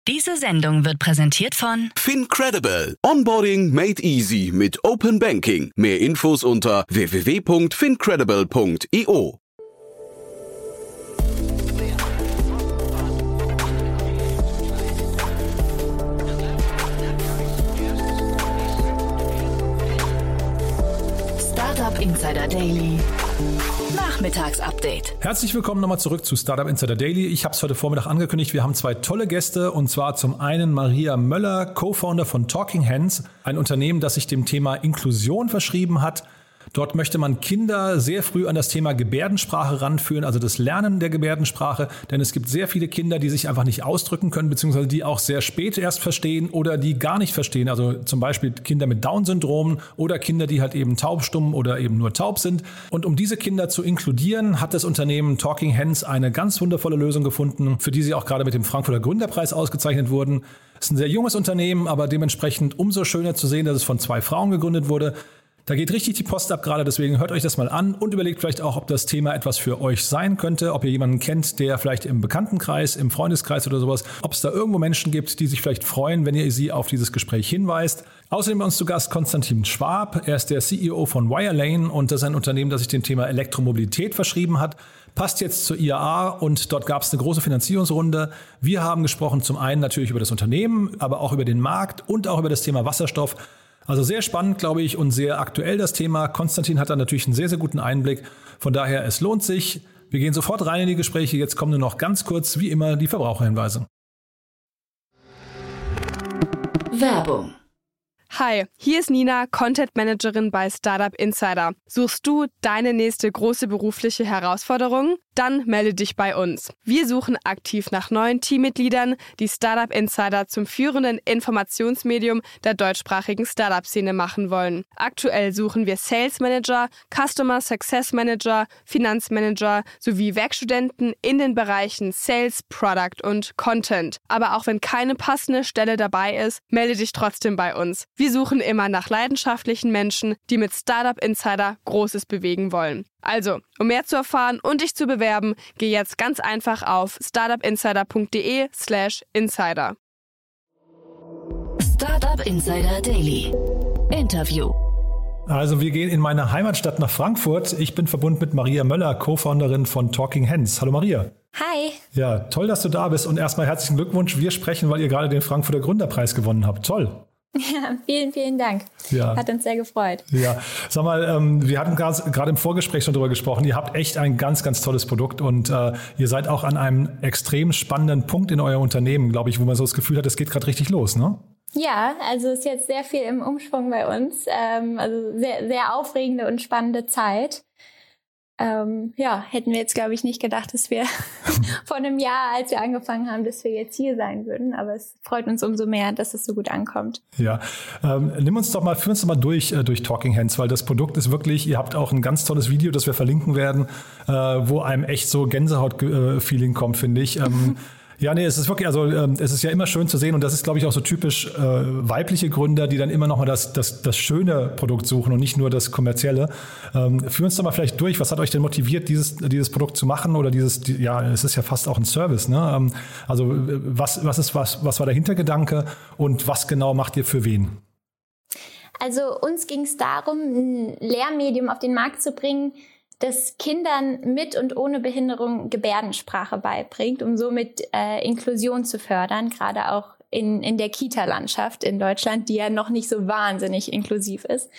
Diese Sendung wird präsentiert von FinCredible. Onboarding made easy mit Open Banking. Mehr Infos unter www.fincredible.io. Startup Insider Daily. Nachmittagsupdate. Herzlich willkommen nochmal zurück zu Startup Insider Daily. Ich habe es heute Vormittag angekündigt. Wir haben zwei tolle Gäste und zwar zum einen Maria Möller, Co-Founder von Talking Hands, ein Unternehmen, das sich dem Thema Inklusion verschrieben hat. Dort möchte man Kinder sehr früh an das Thema Gebärdensprache ranführen, also das Lernen der Gebärdensprache. Denn es gibt sehr viele Kinder, die sich einfach nicht ausdrücken können, beziehungsweise die auch sehr spät erst verstehen oder die gar nicht verstehen. Also zum Beispiel Kinder mit Down-Syndrom oder Kinder, die halt eben taubstumm oder eben nur taub sind. Und um diese Kinder zu inkludieren, hat das Unternehmen Talking Hands eine ganz wundervolle Lösung gefunden, für die sie auch gerade mit dem Frankfurter Gründerpreis ausgezeichnet wurden. Es ist ein sehr junges Unternehmen, aber dementsprechend umso schöner zu sehen, dass es von 2 Frauen gegründet wurde. Da geht richtig die Post ab gerade, deswegen hört euch das mal an und überlegt vielleicht auch, ob das Thema etwas für euch sein könnte, ob ihr jemanden kennt, der vielleicht im Bekanntenkreis, im Freundeskreis oder sowas, ob es da irgendwo Menschen gibt, die sich vielleicht freuen, wenn ihr sie auf dieses Gespräch hinweist. Außerdem bei uns zu Gast Konstantin Schwab. Er ist der CEO von Wirelane und das ist ein Unternehmen, das sich dem Thema Elektromobilität verschrieben hat. Passt jetzt zur IAA und dort gab es eine große Finanzierungsrunde. Wir haben gesprochen zum einen natürlich über das Unternehmen, aber auch über den Markt und auch über das Thema Wasserstoff. Also sehr spannend, glaube ich, und sehr aktuell das Thema. Konstantin hat da natürlich einen sehr, sehr guten Einblick. Von daher, es lohnt sich. Wir gehen sofort rein in die Gespräche. Jetzt kommen nur noch ganz kurz, wie immer, die Verbraucherhinweise. Werbung. Hi, hier ist Nina, Content Managerin bei Startup Insider. Suchst du deine nächste große berufliche Herausforderung? Dann melde dich bei uns. Wir suchen aktiv nach neuen Teammitgliedern, die Startup Insider zum führenden Informationsmedium der deutschsprachigen Startup-Szene machen wollen. Aktuell suchen wir Sales Manager, Customer Success Manager, Finanzmanager sowie Werkstudenten in den Bereichen Sales, Product und Content. Aber auch wenn keine passende Stelle dabei ist, melde dich trotzdem bei uns. Wir suchen immer nach leidenschaftlichen Menschen, die mit Startup Insider Großes bewegen wollen. Also, um mehr zu erfahren und dich zu bewerben, geh jetzt ganz einfach auf startupinsider.de/insider. Startup Insider Daily. Interview. Also wir gehen in meine Heimatstadt nach Frankfurt. Ich bin verbunden mit Maria Möller, Co-Founderin von Talking Hands. Hallo Maria. Hi. Ja, toll, dass du da bist und erstmal herzlichen Glückwunsch. Wir sprechen, weil ihr gerade den Frankfurter Gründerpreis gewonnen habt. Toll. Ja, vielen, vielen Dank. Ja. Hat uns sehr gefreut. Ja, sag mal, wir hatten gerade im Vorgespräch schon drüber gesprochen. Ihr habt echt ein ganz, ganz tolles Produkt und ihr seid auch an einem extrem spannenden Punkt in eurem Unternehmen, glaube ich, wo man so das Gefühl hat, es geht gerade richtig los, ne? Ja, also ist jetzt sehr viel im Umschwung bei uns. Also sehr, sehr aufregende und spannende Zeit. Hätten wir jetzt, glaube ich, nicht gedacht, dass wir vor einem Jahr, als wir angefangen haben, dass wir jetzt hier sein würden. Aber es freut uns umso mehr, dass es so gut ankommt. Ja, führ uns doch mal durch Talking Hands, weil das Produkt ist wirklich, ihr habt auch ein ganz tolles Video, das wir verlinken werden, wo einem echt so Gänsehaut-Feeling kommt, finde ich. Ja, nee, es ist wirklich, also es ist ja immer schön zu sehen und das ist, glaube ich, auch so typisch weibliche Gründer, die dann immer noch mal das schöne Produkt suchen und nicht nur das kommerzielle. Führ uns doch mal vielleicht durch, was hat euch denn motiviert, dieses Produkt zu machen oder es ist ja fast auch ein Service, ne? Also was war der Hintergedanke und was genau macht ihr für wen? Also uns ging es darum, ein Lehrmedium auf den Markt zu bringen, das Kindern mit und ohne Behinderung Gebärdensprache beibringt, um somit Inklusion zu fördern, gerade auch in der Kita-Landschaft in Deutschland, die ja noch nicht so wahnsinnig inklusiv ist.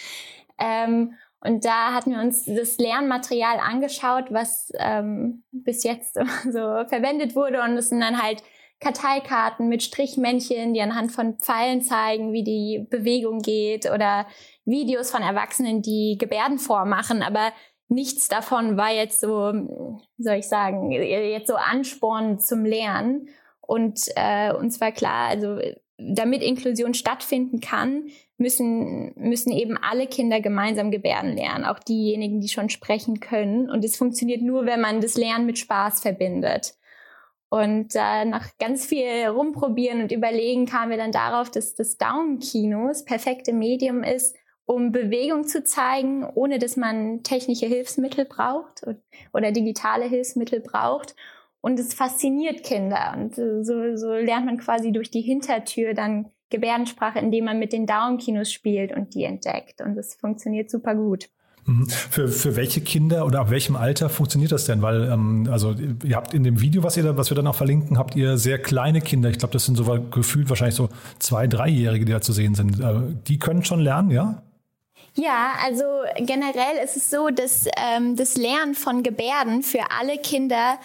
Und da hatten wir uns das Lernmaterial angeschaut, was bis jetzt so verwendet wurde. Und es sind dann halt Karteikarten mit Strichmännchen, die anhand von Pfeilen zeigen, wie die Bewegung geht, oder Videos von Erwachsenen, die Gebärden vormachen, aber nichts davon war jetzt so, wie soll ich sagen, jetzt so Ansporn zum Lernen. Und uns war klar, also damit Inklusion stattfinden kann, müssen eben alle Kinder gemeinsam Gebärden lernen, auch diejenigen, die schon sprechen können. Und es funktioniert nur, wenn man das Lernen mit Spaß verbindet. Und nach ganz viel rumprobieren und überlegen kamen wir dann darauf, dass das Daumenkino das perfekte Medium ist, um Bewegung zu zeigen, ohne dass man technische Hilfsmittel braucht oder digitale Hilfsmittel braucht. Und es fasziniert Kinder. Und so lernt man quasi durch die Hintertür dann Gebärdensprache, indem man mit den Daumenkinos spielt und die entdeckt. Und das funktioniert super gut. Für welche Kinder oder ab welchem Alter funktioniert das denn? Weil, also ihr habt in dem Video, was wir dann auch verlinken, habt ihr sehr kleine Kinder. Ich glaube, das sind so gefühlt wahrscheinlich so 2-, 3-Jährige, die da zu sehen sind. Die können schon lernen, ja? Ja, also generell ist es so, dass das Lernen von Gebärden für alle Kinder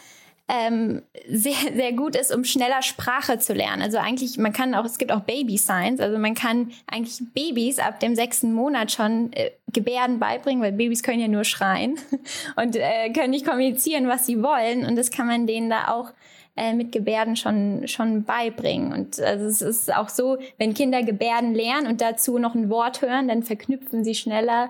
sehr, sehr gut ist, um schneller Sprache zu lernen. Also eigentlich, es gibt auch Baby Signs, also man kann eigentlich Babys ab dem 6. Monat schon Gebärden beibringen, weil Babys können ja nur schreien und können nicht kommunizieren, was sie wollen, und das kann man denen da auch mit Gebärden schon beibringen. Und also es ist auch so, wenn Kinder Gebärden lernen und dazu noch ein Wort hören, dann verknüpfen sie schneller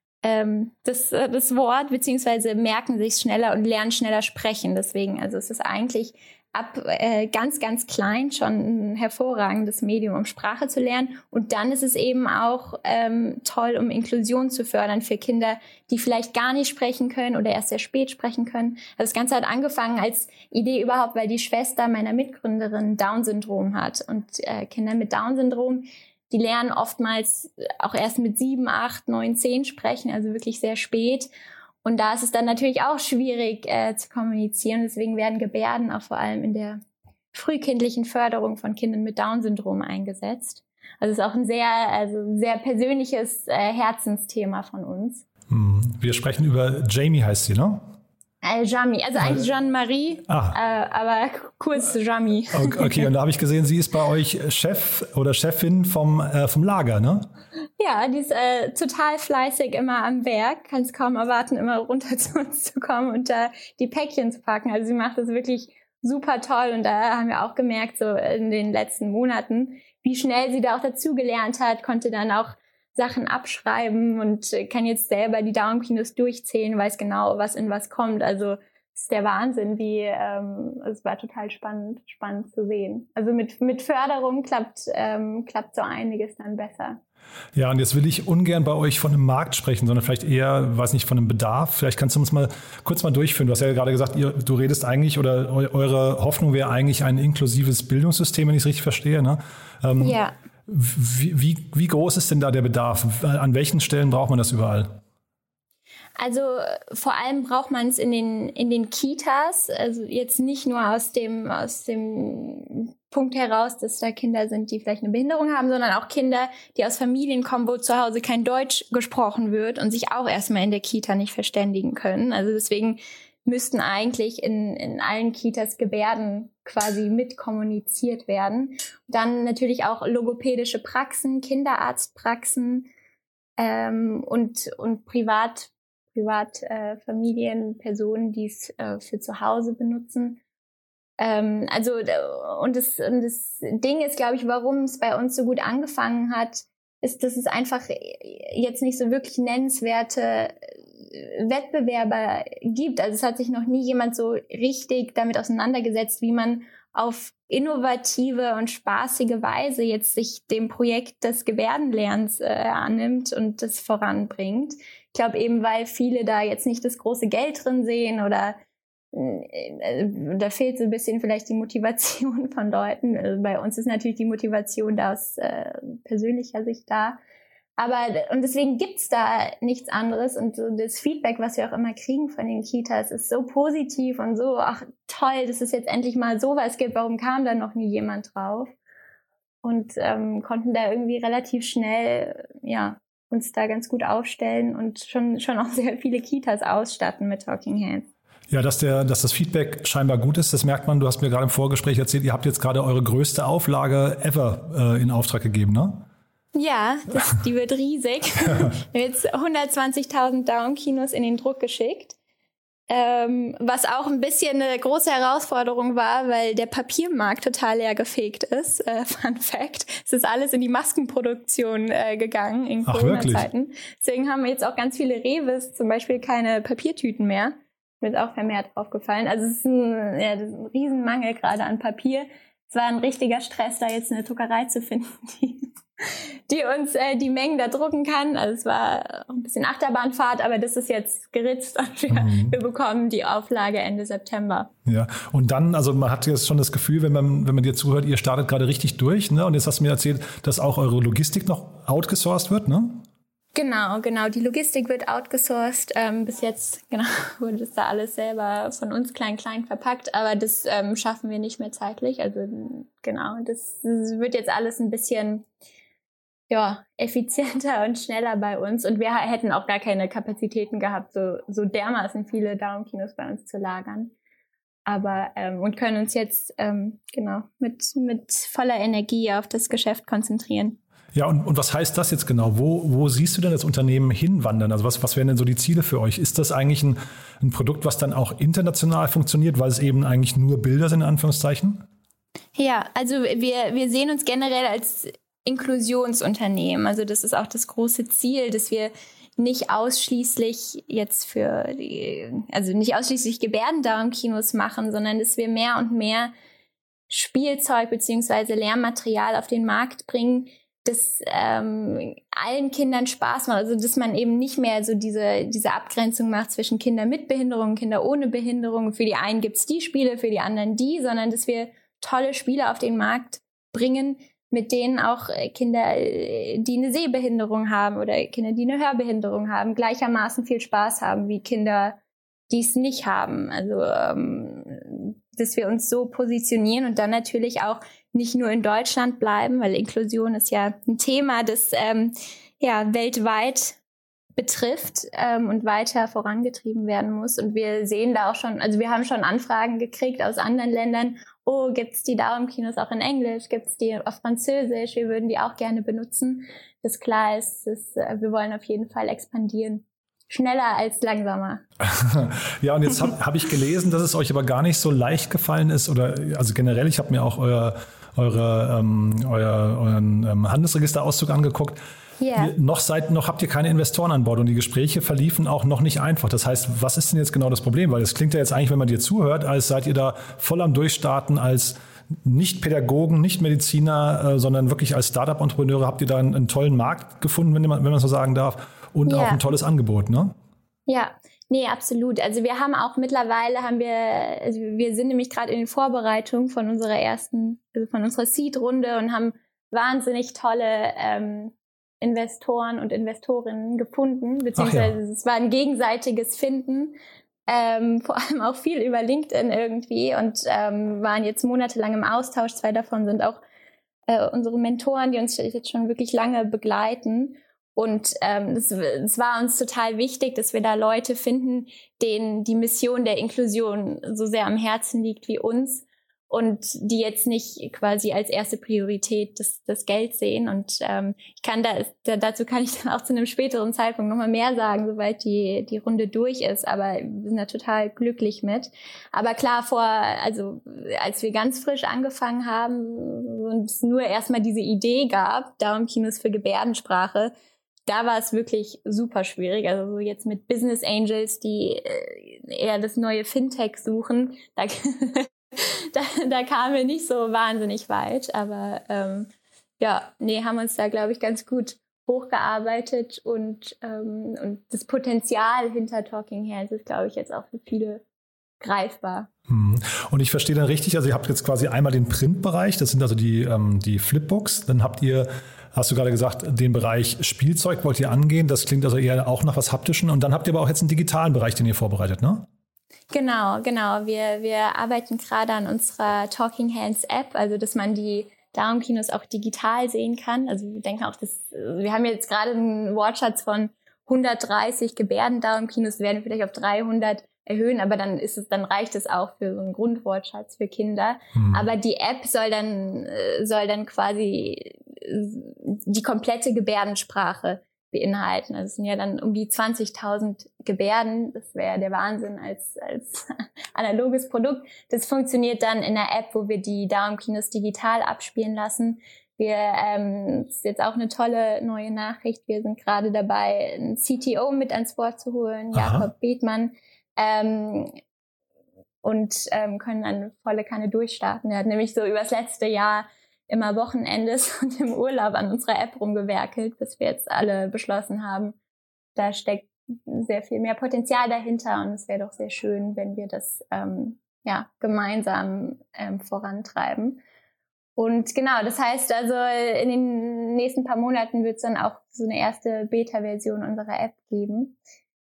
das Wort, beziehungsweise merken sich schneller und lernen schneller sprechen. Deswegen, also es ist eigentlich ab ganz, ganz klein schon ein hervorragendes Medium, um Sprache zu lernen. Und dann ist es eben auch toll, um Inklusion zu fördern für Kinder, die vielleicht gar nicht sprechen können oder erst sehr spät sprechen können. Also das Ganze hat angefangen als Idee überhaupt, weil die Schwester meiner Mitgründerin Down-Syndrom hat. Und Kinder mit Down-Syndrom, die lernen oftmals auch erst mit 7, 8, 9, 10 sprechen, also wirklich sehr spät. Und da ist es dann natürlich auch schwierig zu kommunizieren. Deswegen werden Gebärden auch vor allem in der frühkindlichen Förderung von Kindern mit Down-Syndrom eingesetzt. Also es ist auch ein sehr persönliches Herzensthema von uns. Wir sprechen über Jamie, heißt sie, ne? Jamie, also eigentlich Jeanne-Marie, aber kurz Jamie. Okay, und da habe ich gesehen, sie ist bei euch Chef oder Chefin vom Lager, ne? Ja, die ist total fleißig immer am Werk, kann es kaum erwarten, immer runter zu uns zu kommen und da die Päckchen zu packen. Also sie macht das wirklich super toll, und da haben wir auch gemerkt, so in den letzten Monaten, wie schnell sie da auch dazugelernt hat, konnte dann auch Sachen abschreiben und kann jetzt selber die Daumenkinos durchzählen, weiß genau, was in was kommt. Also es ist der Wahnsinn, es war total spannend zu sehen. Also mit Förderung klappt so einiges dann besser. Ja, und jetzt will ich ungern bei euch von einem Markt sprechen, sondern vielleicht eher, weiß nicht, von einem Bedarf. Vielleicht kannst du uns kurz mal durchführen. Du hast ja gerade gesagt, du redest eigentlich, oder eure Hoffnung wäre eigentlich ein inklusives Bildungssystem, wenn ich es richtig verstehe, ne? Ja. Wie groß ist denn da der Bedarf? An welchen Stellen braucht man das überall? Also vor allem braucht man es in den Kitas, also jetzt nicht nur aus dem Punkt heraus, dass da Kinder sind, die vielleicht eine Behinderung haben, sondern auch Kinder, die aus Familien kommen, wo zu Hause kein Deutsch gesprochen wird und sich auch erstmal in der Kita nicht verständigen können. Also deswegen müssten eigentlich in allen Kitas Gebärden quasi mit kommuniziert werden. Dann natürlich auch logopädische Praxen, Kinderarztpraxen und Privatfamilien, Personen, die es für zu Hause benutzen. Und das Ding ist, glaube ich, warum es bei uns so gut angefangen hat, ist, dass es einfach jetzt nicht so wirklich nennenswerte Wettbewerber gibt. Also es hat sich noch nie jemand so richtig damit auseinandergesetzt, wie man auf innovative und spaßige Weise jetzt sich dem Projekt des Gebärdenlernens annimmt und das voranbringt. Ich glaube eben, weil viele da jetzt nicht das große Geld drin sehen oder da fehlt so ein bisschen vielleicht die Motivation von Leuten. Also bei uns ist natürlich die Motivation da aus persönlicher Sicht da. Und deswegen gibt's da nichts anderes. Und so das Feedback, was wir auch immer kriegen von den Kitas, ist so positiv und so, ach toll, dass es jetzt endlich mal sowas gibt. Warum kam da noch nie jemand drauf? Und konnten da irgendwie relativ schnell, uns da ganz gut aufstellen und schon auch sehr viele Kitas ausstatten mit Talking Hands. Ja, dass das Feedback scheinbar gut ist, das merkt man. Du hast mir gerade im Vorgespräch erzählt, ihr habt jetzt gerade eure größte Auflage ever in Auftrag gegeben, ne? Ja, die wird riesig. Wir haben jetzt 120.000 Daumenkinos in den Druck geschickt. Was auch ein bisschen eine große Herausforderung war, weil der Papiermarkt total leer gefegt ist. Fun Fact. Es ist alles in die Maskenproduktion gegangen in Corona-Zeiten. Deswegen haben jetzt auch ganz viele Rewes zum Beispiel keine Papiertüten mehr. Mir ist auch vermehrt aufgefallen. Also es ist ein Riesenmangel gerade an Papier. Es war ein richtiger Stress, da jetzt eine Druckerei zu finden, die uns die Mengen da drucken kann. Also es war ein bisschen Achterbahnfahrt, aber das ist jetzt geritzt und wir bekommen die Auflage Ende September. Ja, und dann, also man hat jetzt schon das Gefühl, wenn man dir zuhört, ihr startet gerade richtig durch, ne? Und jetzt hast du mir erzählt, dass auch eure Logistik noch outgesourced wird, ne? Genau. Die Logistik wird outgesourced. Bis jetzt wurde das da alles selber von uns klein verpackt, aber das schaffen wir nicht mehr zeitlich. Also das wird jetzt alles ein bisschen effizienter und schneller bei uns. Und wir hätten auch gar keine Kapazitäten gehabt, so dermaßen viele Daumenkinos bei uns zu lagern. Aber und können uns jetzt mit voller Energie auf das Geschäft konzentrieren. Ja, und was heißt das jetzt genau? Wo siehst du denn das Unternehmen hinwandern? Also was wären denn so die Ziele für euch? Ist das eigentlich ein Produkt, was dann auch international funktioniert, weil es eben eigentlich nur Bilder sind, in Anführungszeichen? Ja, also wir sehen uns generell als Inklusionsunternehmen. Also das ist auch das große Ziel, dass wir nicht ausschließlich nicht ausschließlich Gebärdendaumenkinos machen, sondern dass wir mehr und mehr Spielzeug bzw. Lehrmaterial auf den Markt bringen, das allen Kindern Spaß macht. Also dass man eben nicht mehr so diese Abgrenzung macht zwischen Kinder mit Behinderung und Kinder ohne Behinderung. Für die einen gibt's die Spiele, für die anderen die, sondern dass wir tolle Spiele auf den Markt bringen, mit denen auch Kinder, die eine Sehbehinderung haben oder Kinder, die eine Hörbehinderung haben, gleichermaßen viel Spaß haben wie Kinder, die es nicht haben. Also dass wir uns so positionieren und dann natürlich auch nicht nur in Deutschland bleiben, weil Inklusion ist ja ein Thema, das weltweit betrifft und weiter vorangetrieben werden muss. Und wir sehen da auch schon, also wir haben schon Anfragen gekriegt aus anderen Ländern. Oh, gibt's die Daumenkinos auch in Englisch? Gibt's die auf Französisch? Wir würden die auch gerne benutzen. Das klar ist, wir wollen auf jeden Fall expandieren. Schneller als langsamer. Ja, und jetzt hab ich gelesen, dass es euch aber gar nicht so leicht gefallen ist, oder also generell, ich habe mir auch euren Handelsregisterauszug angeguckt. Yeah. Noch habt ihr keine Investoren an Bord und die Gespräche verliefen auch noch nicht einfach. Das heißt, was ist denn jetzt genau das Problem? Weil es klingt ja jetzt eigentlich, wenn man dir zuhört, als seid ihr da voll am Durchstarten als nicht Pädagogen, nicht Mediziner, sondern wirklich als Startup-Entrepreneure habt ihr da einen tollen Markt gefunden, wenn man so sagen darf, und auch ein tolles Angebot, ne? Ja, nee, absolut. Also wir haben auch mittlerweile wir sind nämlich gerade in den Vorbereitungen von unserer Seed-Runde und haben wahnsinnig tolle Investoren und Investorinnen gefunden, beziehungsweise es war ein gegenseitiges Finden, vor allem auch viel über LinkedIn irgendwie und waren jetzt monatelang im Austausch. 2 davon sind auch unsere Mentoren, die uns jetzt schon wirklich lange begleiten. Und es war uns total wichtig, dass wir da Leute finden, denen die Mission der Inklusion so sehr am Herzen liegt wie uns und die jetzt nicht quasi als erste Priorität das Geld sehen. Und dazu kann ich dann auch zu einem späteren Zeitpunkt nochmal mehr sagen, sobald die Runde durch ist. Aber wir sind da total glücklich mit. Aber klar, als wir ganz frisch angefangen haben und es nur erstmal diese Idee gab, Daumenkinos für Gebärdensprache, da war es wirklich super schwierig. Also so jetzt mit Business Angels, die eher das neue Fintech suchen, da kamen wir nicht so wahnsinnig weit. Aber haben uns da, glaube ich, ganz gut hochgearbeitet und das Potenzial hinter Talking Hands ist, glaube ich, jetzt auch für viele greifbar. Und ich verstehe dann richtig, also ihr habt jetzt quasi einmal den Printbereich, das sind also die Flipbooks, dann hast du gerade gesagt, den Bereich Spielzeug wollt ihr angehen, das klingt also eher auch nach was Haptischen, und dann habt ihr aber auch jetzt einen digitalen Bereich, den ihr vorbereitet, ne? Genau. Wir arbeiten gerade an unserer Talking Hands App, also dass man die Daumenkinos auch digital sehen kann. Also wir denken auch, wir haben jetzt gerade einen Wortschatz von 130 Gebärdendaumenkinos, werden vielleicht auf 300 erhöhen, aber dann reicht es auch für so einen Grundwortschatz für Kinder. Aber die App soll dann quasi die komplette Gebärdensprache beinhalten. Also es sind ja dann um die 20.000 Gebärden. Das wäre der Wahnsinn als analoges Produkt. Das funktioniert dann in der App, wo wir die Daumenkinos digital abspielen lassen. Das ist jetzt auch eine tolle neue Nachricht. Wir sind gerade dabei, einen CTO mit ans Board zu holen, Jakob Bethmann, und können dann volle Kanne durchstarten. Er hat nämlich so übers letzte Jahr immer Wochenendes und im Urlaub an unserer App rumgewerkelt, bis wir jetzt alle beschlossen haben, da steckt sehr viel mehr Potenzial dahinter und es wäre doch sehr schön, wenn wir das gemeinsam vorantreiben. Und genau, das heißt also, in den nächsten paar Monaten wird es dann auch so eine erste Beta-Version unserer App geben.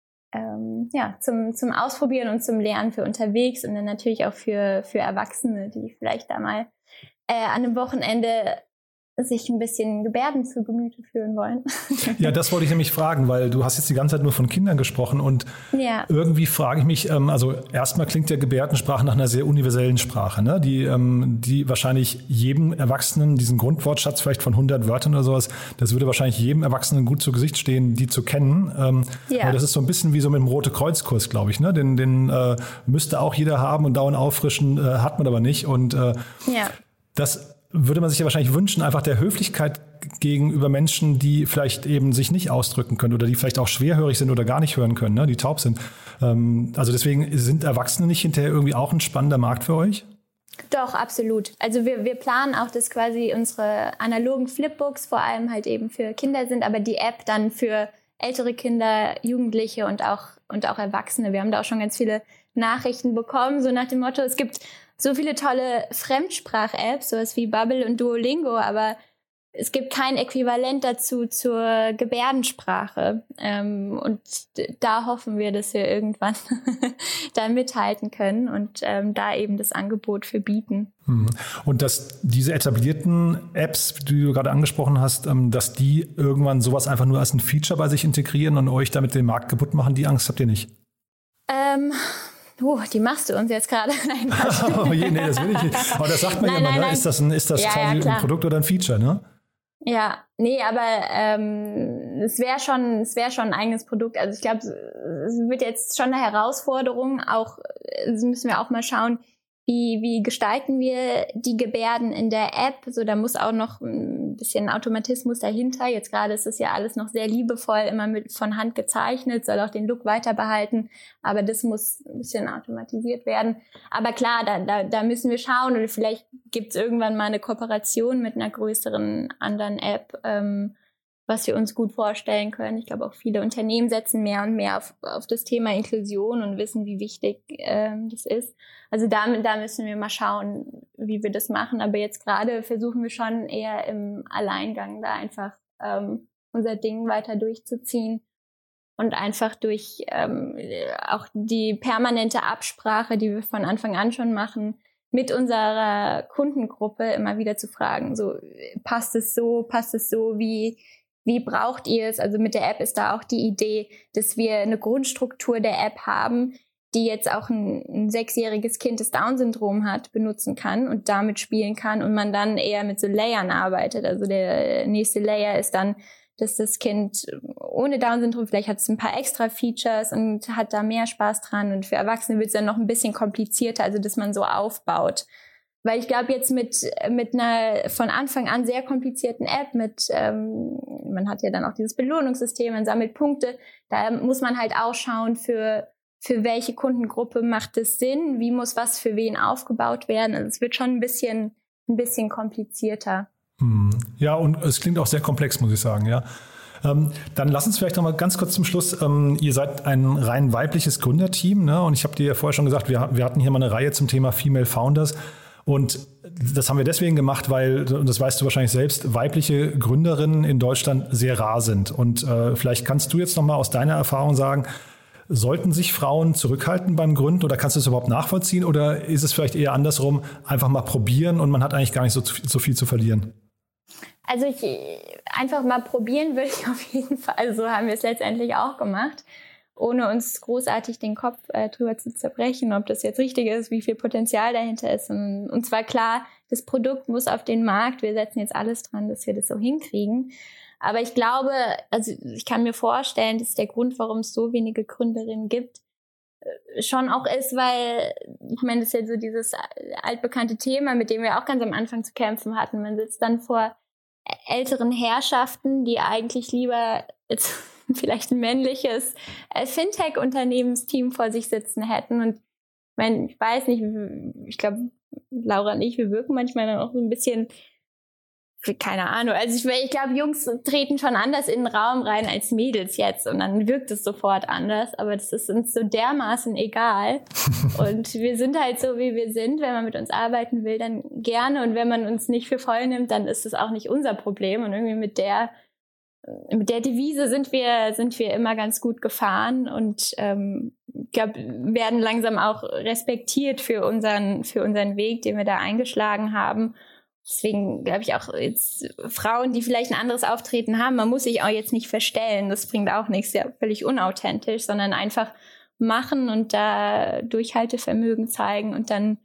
Zum Ausprobieren und zum Lernen für unterwegs und dann natürlich auch für Erwachsene, die vielleicht da mal an einem Wochenende sich ein bisschen Gebärden zu Gemüte führen wollen. Ja, das wollte ich nämlich fragen, weil du hast jetzt die ganze Zeit nur von Kindern gesprochen und irgendwie frage ich mich, also erstmal klingt ja Gebärdensprache nach einer sehr universellen Sprache, ne? Die wahrscheinlich jedem Erwachsenen, diesen Grundwortschatz vielleicht von 100 Wörtern oder sowas, das würde wahrscheinlich jedem Erwachsenen gut zu Gesicht stehen, die zu kennen. Aber das ist so ein bisschen wie so mit dem Rote-Kreuz-Kurs, glaube ich, ne? Den müsste auch jeder haben und dauernd auffrischen, hat man aber nicht und das würde man sich ja wahrscheinlich wünschen, einfach der Höflichkeit gegenüber Menschen, die vielleicht eben sich nicht ausdrücken können oder die vielleicht auch schwerhörig sind oder gar nicht hören können, ne, die taub sind. Also deswegen sind Erwachsene nicht hinterher irgendwie auch ein spannender Markt für euch? Doch, absolut. Also wir planen auch, dass quasi unsere analogen Flipbooks vor allem halt eben für Kinder sind, aber die App dann für ältere Kinder, Jugendliche und auch Erwachsene. Wir haben da auch schon ganz viele Nachrichten bekommen, so nach dem Motto, es gibt so viele tolle Fremdsprach-Apps, sowas wie Babbel und Duolingo, aber es gibt kein Äquivalent dazu zur Gebärdensprache. Und da hoffen wir, dass wir irgendwann da mithalten können und da eben das Angebot für bieten. Und dass diese etablierten Apps, die du gerade angesprochen hast, dass die irgendwann sowas einfach nur als ein Feature bei sich integrieren und euch damit den Markt kaputt machen, die Angst habt ihr nicht? Die machst du uns jetzt gerade. Nein, oh je, nee, das will ich nicht. Aber das sagt man ja immer, ne? Ist das quasi ein Produkt oder ein Feature, ne? Ja, nee, aber es wäre schon ein eigenes Produkt. Also ich glaube, es wird jetzt schon eine Herausforderung. Auch müssen wir auch mal schauen, wie gestalten wir die Gebärden in der App. So, da muss auch noch ein bisschen Automatismus dahinter. Jetzt gerade ist es ja alles noch sehr liebevoll, immer von Hand gezeichnet, soll auch den Look weiter behalten. Aber das muss ein bisschen automatisiert werden. Aber klar, da müssen wir schauen. Oder vielleicht gibt es irgendwann mal eine Kooperation mit einer größeren anderen App, was wir uns gut vorstellen können. Ich glaube, auch viele Unternehmen setzen mehr und mehr auf das Thema Inklusion und wissen, wie wichtig das ist. Also da müssen wir mal schauen, wie wir das machen. Aber jetzt gerade versuchen wir schon eher im Alleingang da einfach unser Ding weiter durchzuziehen und einfach durch auch die permanente Absprache, die wir von Anfang an schon machen, mit unserer Kundengruppe immer wieder zu fragen, so passt es so, wie braucht ihr es? Also mit der App ist da auch die Idee, dass wir eine Grundstruktur der App haben, die jetzt auch ein 6-jähriges Kind, das Down-Syndrom hat, benutzen kann und damit spielen kann und man dann eher mit so Layern arbeitet. Also der nächste Layer ist dann, dass das Kind ohne Down-Syndrom, vielleicht hat es ein paar extra Features und hat da mehr Spaß dran und für Erwachsene wird es dann noch ein bisschen komplizierter, also dass man so aufbaut. Weil ich glaube, jetzt mit einer von Anfang an sehr komplizierten App, man hat ja dann auch dieses Belohnungssystem, man sammelt Punkte, da muss man halt auch schauen, für welche Kundengruppe macht es Sinn, wie muss was für wen aufgebaut werden. Also es wird schon ein bisschen komplizierter. Ja, und es klingt auch sehr komplex, muss ich sagen, ja. Dann lass uns vielleicht noch mal ganz kurz zum Schluss, ihr seid ein rein weibliches Gründerteam, ne? Und ich habe dir ja vorher schon gesagt, wir hatten hier mal eine Reihe zum Thema Female Founders. Und das haben wir deswegen gemacht, weil, und das weißt du wahrscheinlich selbst, weibliche Gründerinnen in Deutschland sehr rar sind. Und vielleicht kannst du jetzt noch mal aus deiner Erfahrung sagen, sollten sich Frauen zurückhalten beim Gründen oder kannst du es überhaupt nachvollziehen? Oder ist es vielleicht eher andersrum, einfach mal probieren und man hat eigentlich gar nicht so viel zu verlieren? Also einfach mal probieren würde ich auf jeden Fall. Also so haben wir es letztendlich auch gemacht, ohne uns großartig den Kopf drüber zu zerbrechen, ob das jetzt richtig ist, wie viel Potenzial dahinter ist. Und zwar klar, das Produkt muss auf den Markt. Wir setzen jetzt alles dran, dass wir das so hinkriegen. Aber ich glaube, also ich kann mir vorstellen, dass der Grund, warum es so wenige Gründerinnen gibt, schon auch ist, weil, ich meine, das ist ja so dieses altbekannte Thema, mit dem wir auch ganz am Anfang zu kämpfen hatten. Man sitzt dann vor älteren Herrschaften, die eigentlich lieber jetzt vielleicht ein männliches Fintech-Unternehmensteam vor sich sitzen hätten. Und ich weiß nicht, ich glaube, Laura und ich, wir wirken manchmal dann auch so ein bisschen keine Ahnung. Also ich glaube, Jungs treten schon anders in den Raum rein als Mädels jetzt und dann wirkt es sofort anders, aber das ist uns so dermaßen egal. Und wir sind halt so, wie wir sind. Wenn man mit uns arbeiten will, dann gerne, und wenn man uns nicht für voll nimmt, dann ist das auch nicht unser Problem. Und irgendwie mit der Devise sind wir immer ganz gut gefahren und ich glaube, werden langsam auch respektiert für unseren Weg, den wir da eingeschlagen haben. Deswegen glaube ich auch jetzt Frauen, die vielleicht ein anderes Auftreten haben, man muss sich auch jetzt nicht verstellen, das bringt auch nichts, ja völlig unauthentisch, sondern einfach machen und da Durchhaltevermögen zeigen und dann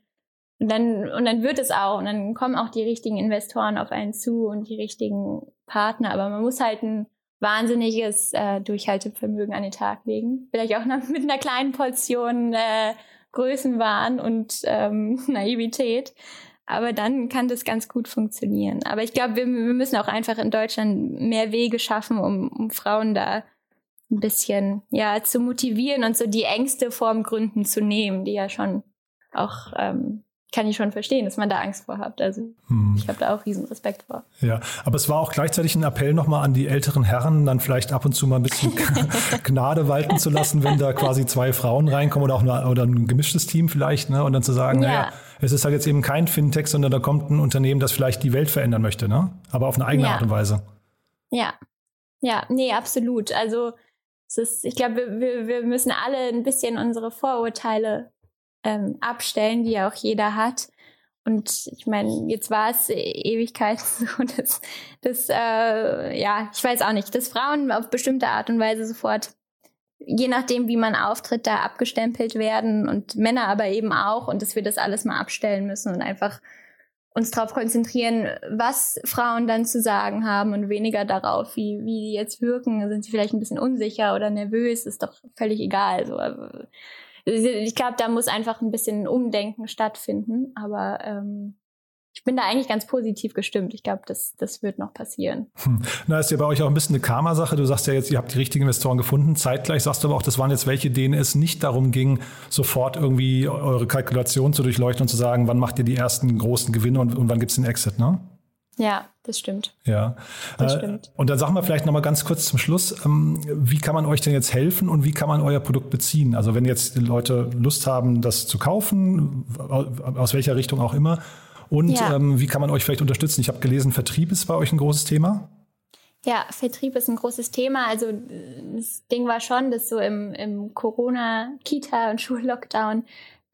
wird es auch, und dann kommen auch die richtigen Investoren auf einen zu und die richtigen Partner, aber man muss halt ein wahnsinniges Durchhaltevermögen an den Tag legen, vielleicht auch noch mit einer kleinen Portion Größenwahn und Naivität. Aber dann kann das ganz gut funktionieren. Aber ich glaube, wir müssen auch einfach in Deutschland mehr Wege schaffen, um Frauen da ein bisschen zu motivieren und so die Ängste vorm Gründen zu nehmen, die ja schon auch, kann ich schon verstehen, dass man da Angst vor hat. Also ich habe da auch riesen Respekt vor. Ja, aber es war auch gleichzeitig ein Appell nochmal an die älteren Herren, dann vielleicht ab und zu mal ein bisschen Gnade walten zu lassen, wenn da quasi 2 Frauen reinkommen oder ein gemischtes Team vielleicht, ne? Und dann zu sagen, naja, es ist halt jetzt eben kein Fintech, sondern da kommt ein Unternehmen, das vielleicht die Welt verändern möchte, ne? Aber auf eine eigene Art und Weise. Ja, nee, absolut. Also ich glaube, wir müssen alle ein bisschen unsere Vorurteile abstellen, die ja auch jeder hat. Und ich meine, jetzt war es Ewigkeit so, dass ich weiß auch nicht, dass Frauen auf bestimmte Art und Weise sofort, je nachdem, wie man auftritt, da abgestempelt werden und Männer aber eben auch, und dass wir das alles mal abstellen müssen und einfach uns darauf konzentrieren, was Frauen dann zu sagen haben und weniger darauf, wie die jetzt wirken. Sind sie vielleicht ein bisschen unsicher oder nervös, ist doch völlig egal. So. Also, ich glaube, da muss einfach ein bisschen Umdenken stattfinden, aber ich bin da eigentlich ganz positiv gestimmt. Ich glaube, das wird noch passieren. Na, ist ja bei euch auch ein bisschen eine Karma-Sache. Du sagst ja jetzt, ihr habt die richtigen Investoren gefunden. Zeitgleich sagst du aber auch, das waren jetzt welche, denen es nicht darum ging, sofort irgendwie eure Kalkulation zu durchleuchten und zu sagen, wann macht ihr die ersten großen Gewinne und wann gibt es den Exit, ne? Ja, das stimmt. Ja, das stimmt. Und dann sagen wir vielleicht noch mal ganz kurz zum Schluss, wie kann man euch denn jetzt helfen und wie kann man euer Produkt beziehen? Also wenn jetzt Leute Lust haben, das zu kaufen, aus welcher Richtung auch immer, und wie kann man euch vielleicht unterstützen? Ich habe gelesen, Vertrieb ist bei euch ein großes Thema. Ja, Vertrieb ist ein großes Thema. Also das Ding war schon, dass so im Corona-Kita- und Schullockdown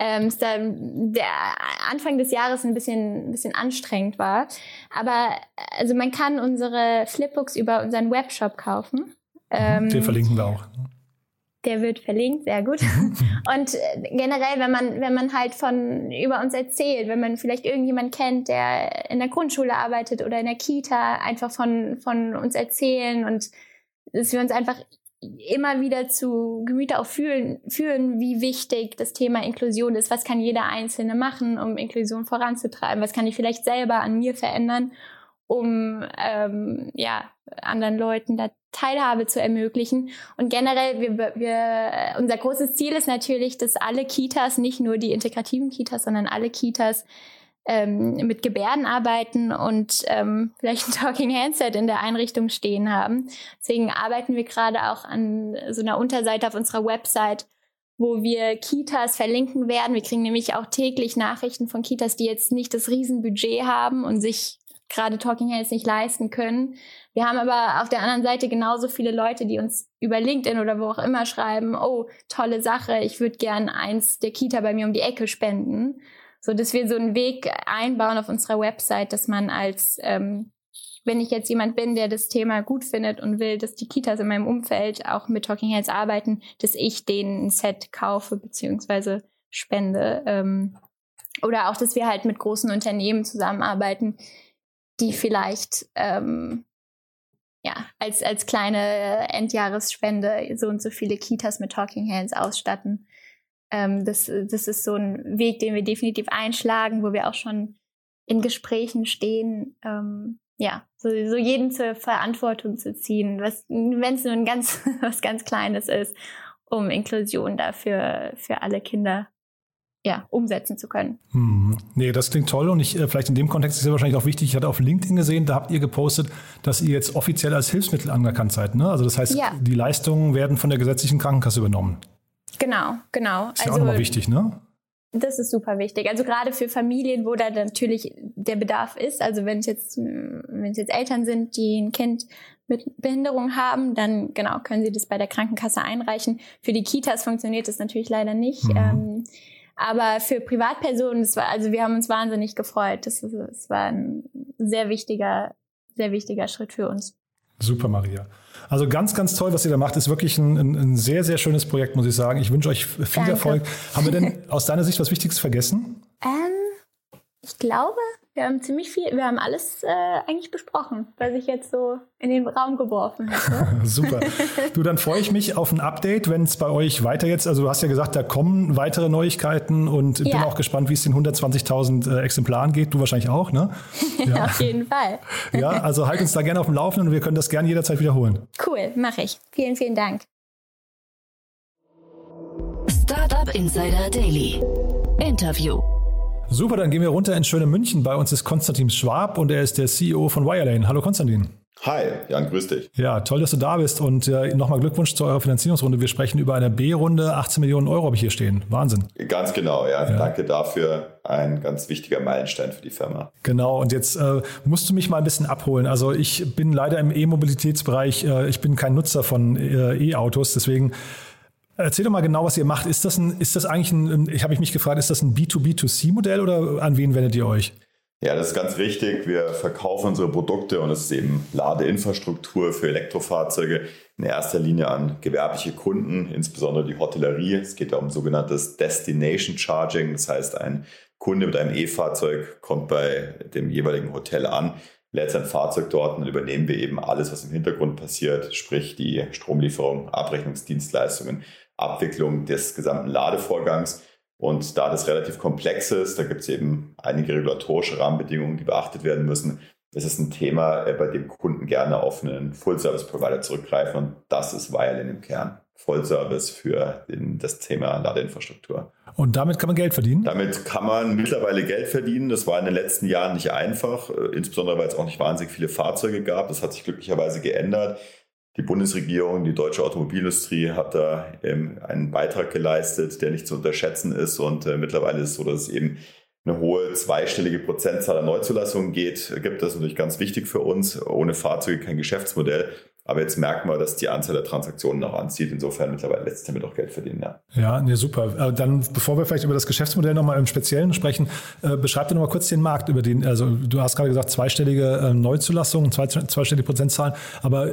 der Anfang des Jahres ein bisschen anstrengend war. Aber also man kann unsere Flipbooks über unseren Webshop kaufen. Den verlinken wir auch. Der wird verlinkt, sehr gut. Und generell, wenn man halt über uns erzählt, wenn man vielleicht irgendjemand kennt, der in der Grundschule arbeitet oder in der Kita, einfach von uns erzählen und dass wir uns einfach immer wieder zu Gemüte auch führen, wie wichtig das Thema Inklusion ist. Was kann jeder Einzelne machen, um Inklusion voranzutreiben? Was kann ich vielleicht selber an mir verändern, um anderen Leuten da Teilhabe zu ermöglichen? Und generell, unser großes Ziel ist natürlich, dass alle Kitas, nicht nur die integrativen Kitas, sondern alle Kitas mit Gebärden arbeiten und vielleicht ein Talking Handset in der Einrichtung stehen haben. Deswegen arbeiten wir gerade auch an so einer Unterseite auf unserer Website, wo wir Kitas verlinken werden. Wir kriegen nämlich auch täglich Nachrichten von Kitas, die jetzt nicht das Riesenbudget haben und sich gerade Talking Heads nicht leisten können. Wir haben aber auf der anderen Seite genauso viele Leute, die uns über LinkedIn oder wo auch immer schreiben, oh, tolle Sache, ich würde gern eins der Kita bei mir um die Ecke spenden. So dass wir so einen Weg einbauen auf unserer Website, dass man als, wenn ich jetzt jemand bin, der das Thema gut findet und will, dass die Kitas in meinem Umfeld auch mit Talking Heads arbeiten, dass ich denen ein Set kaufe bzw. spende. Oder auch, dass wir halt mit großen Unternehmen zusammenarbeiten, die vielleicht als kleine Endjahresspende so und so viele Kitas mit Talking Hands ausstatten. Das ist so ein Weg, den wir definitiv einschlagen, wo wir auch schon in Gesprächen stehen, so jeden zur Verantwortung zu ziehen, wenn es nur was ganz Kleines ist, um Inklusion da für alle Kinder umsetzen zu können. Nee, das klingt toll und vielleicht in dem Kontext ist ja wahrscheinlich auch wichtig, ich hatte auf LinkedIn gesehen, da habt ihr gepostet, dass ihr jetzt offiziell als Hilfsmittel anerkannt seid, ne? Also das heißt, die Leistungen werden von der gesetzlichen Krankenkasse übernommen. Genau. Das ist ja auch nochmal wichtig, ne? Das ist super wichtig. Also gerade für Familien, wo da natürlich der Bedarf ist. Also wenn es jetzt Eltern sind, die ein Kind mit Behinderung haben, dann können sie das bei der Krankenkasse einreichen. Für die Kitas funktioniert das natürlich leider nicht. Aber für Privatpersonen, wir haben uns wahnsinnig gefreut. Das war ein sehr wichtiger Schritt für uns. Super, Maria. Also ganz, ganz toll, was ihr da macht. Ist wirklich ein sehr, sehr schönes Projekt, muss ich sagen. Ich wünsche euch viel Erfolg. Haben wir denn aus deiner Sicht was Wichtiges vergessen? Ich glaube, wir haben alles eigentlich besprochen, was ich jetzt so in den Raum geworfen hätte. Super. Du, dann freue ich mich auf ein Update, wenn es bei euch weiter jetzt, also du hast ja gesagt, da kommen weitere Neuigkeiten und bin auch gespannt, wie es den 120.000 Exemplaren geht. Du wahrscheinlich auch, ne? Ja, auf jeden Fall. Ja, also halt uns da gerne auf dem Laufenden und wir können das gerne jederzeit wiederholen. Cool, mache ich. Vielen, vielen Dank. Startup Insider Daily. Interview. Super, dann gehen wir runter ins schöne München. Bei uns ist Konstantin Schwab und er ist der CEO von Wirelane. Hallo Konstantin. Hi, Jan, grüß dich. Ja, toll, dass du da bist und nochmal Glückwunsch zu eurer Finanzierungsrunde. Wir sprechen über eine B-Runde, 18 Millionen Euro habe ich hier stehen. Wahnsinn. Ganz genau, ja. Danke dafür. Ein ganz wichtiger Meilenstein für die Firma. Genau, und jetzt musst du mich mal ein bisschen abholen. Also ich bin leider im E-Mobilitätsbereich, ich bin kein Nutzer von E-Autos, deswegen erzähl doch mal genau, was ihr macht. Ist das eigentlich habe ich mich gefragt, ist das ein B2B2C-Modell oder an wen wendet ihr euch? Ja, das ist ganz wichtig. Wir verkaufen unsere Produkte und es ist eben Ladeinfrastruktur für Elektrofahrzeuge in erster Linie an gewerbliche Kunden, insbesondere die Hotellerie. Es geht ja um sogenanntes Destination Charging. Das heißt, ein Kunde mit einem E-Fahrzeug kommt bei dem jeweiligen Hotel an, lädt sein Fahrzeug dort und dann übernehmen wir eben alles, was im Hintergrund passiert, sprich die Stromlieferung, Abrechnungsdienstleistungen, Abwicklung des gesamten Ladevorgangs. Und da das relativ komplex ist, da gibt es eben einige regulatorische Rahmenbedingungen, die beachtet werden müssen. Es ist ein Thema, bei dem Kunden gerne auf einen Full-Service-Provider zurückgreifen und das ist Wirelane im Kern. Vollservice für das Thema Ladeinfrastruktur. Und damit kann man Geld verdienen? Damit kann man mittlerweile Geld verdienen. Das war in den letzten Jahren nicht einfach, insbesondere weil es auch nicht wahnsinnig viele Fahrzeuge gab. Das hat sich glücklicherweise geändert. Die Bundesregierung, die deutsche Automobilindustrie hat da einen Beitrag geleistet, der nicht zu unterschätzen ist. Und mittlerweile ist es so, dass es eben eine hohe zweistellige Prozentzahl an Neuzulassungen gibt. Das ist natürlich ganz wichtig für uns. Ohne Fahrzeuge kein Geschäftsmodell. Aber jetzt merken wir, dass die Anzahl der Transaktionen noch anzieht. Insofern mittlerweile lässt sich damit auch Geld verdienen. Ja, nee, super. Dann, bevor wir vielleicht über das Geschäftsmodell nochmal im Speziellen sprechen, beschreib dir nochmal kurz den Markt also du hast gerade gesagt, zweistellige Neuzulassungen, zweistellige Prozentzahlen. Aber